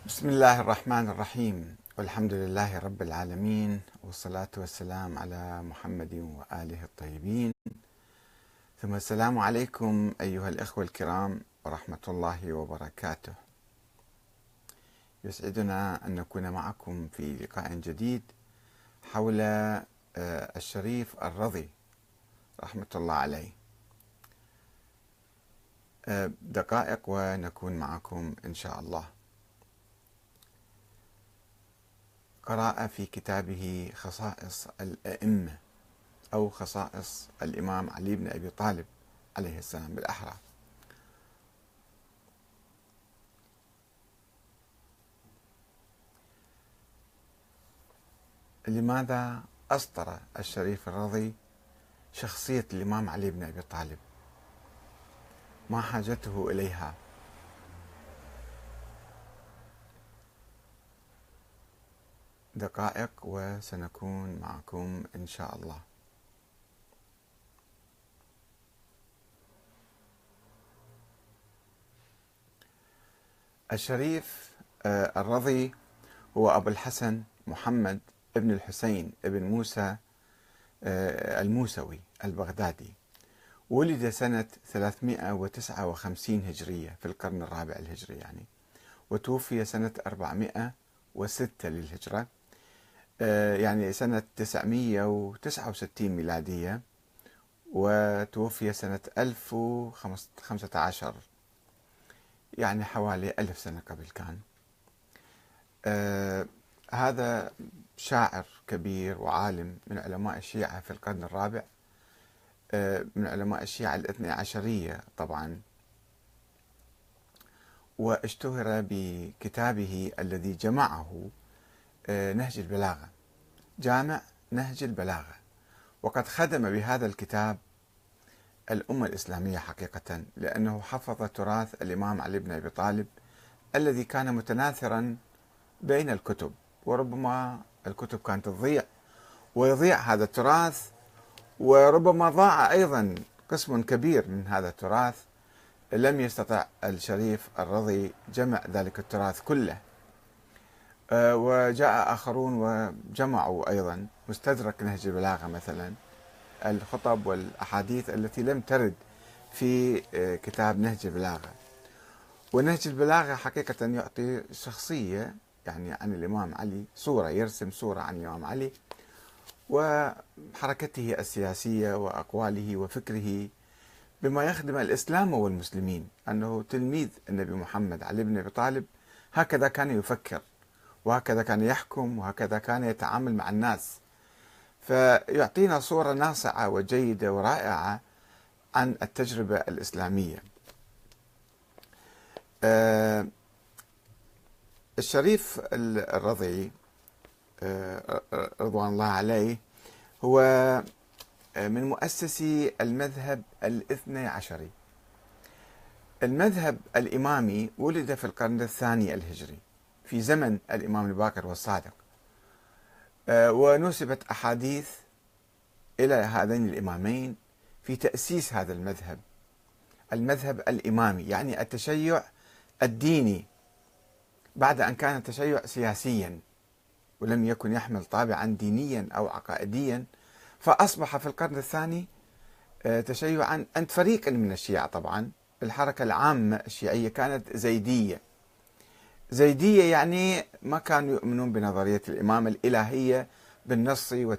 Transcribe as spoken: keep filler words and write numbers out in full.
بسم الله الرحمن الرحيم، والحمد لله رب العالمين، والصلاة والسلام على محمد وآله الطيبين. ثم السلام عليكم أيها الأخوة الكرام ورحمة الله وبركاته. يسعدنا أن نكون معكم في لقاء جديد حول الشريف الرضي رحمة الله عليه. دقائق ونكون معكم إن شاء الله. قرأ في كتابه خصائص الأئمة أو خصائص الإمام علي بن أبي طالب عليه السلام بالأحرى. لماذا أسطر الشريف الرضي شخصية الإمام علي بن أبي طالب؟ ما حاجته إليها؟ دقائق وسنكون معكم إن شاء الله. الشريف الرضي هو أبو الحسن محمد ابن الحسين ابن موسى الموسوي البغدادي. ولد سنة ثلاثمئة وتسعة وخمسين هجرية في القرن الرابع الهجري يعني، وتوفي سنة أربعمئة وستة للهجرة، يعني سنة تسعمئة وتسعة وستين ميلادية، وتوفي سنة ألف وخمسة عشر، يعني حوالي ألف سنة قبل كان. آه هذا شاعر كبير وعالم من علماء الشيعة في القرن الرابع، آه من علماء الشيعة الاثني عشرية طبعا، واشتهر بكتابه الذي جمعه آه نهج البلاغة، جامع نهج البلاغة، وقد خدم بهذا الكتاب الأمة الإسلامية حقيقة، لأنه حفظ تراث الإمام علي بن أبي طالب الذي كان متناثرا بين الكتب، وربما الكتب كانت تضيع ويضيع هذا التراث، وربما ضاع أيضا قسم كبير من هذا التراث. لم يستطع الشريف الرضي جمع ذلك التراث كله، وجاء آخرون وجمعوا أيضا مستدرك نهج البلاغة، مثلا الخطب والأحاديث التي لم ترد في كتاب نهج البلاغة. ونهج البلاغة حقيقة يعطي شخصية يعني عن الإمام علي، صورة، يرسم صورة عن الإمام علي وحركته السياسية وأقواله وفكره بما يخدم الإسلام والمسلمين، أنه تلميذ النبي محمد علي بن أبي طالب، هكذا كان يفكر وهكذا كان يحكم وهكذا كان يتعامل مع الناس، فيعطينا صورة ناصعة وجيدة ورائعة عن التجربة الإسلامية. آه الشريف الرضي آه رضوان الله عليه هو من مؤسسي المذهب الاثني عشري. المذهب الإمامي ولد في القرن الثاني الهجري في زمن الإمام الباقر والصادق، آه ونسبت أحاديث إلى هذين الإمامين في تأسيس هذا المذهب، المذهب الإمامي، يعني التشيع الديني، بعد أن كان التشيع سياسيا ولم يكن يحمل طابعا دينيا أو عقائديا، فأصبح في القرن الثاني تشيعا عند فريق من الشيعة. طبعا الحركة العامة الشيعية كانت زيدية، زيدية يعني ما كانوا يؤمنون بنظرية الإمامة الإلهية بالنص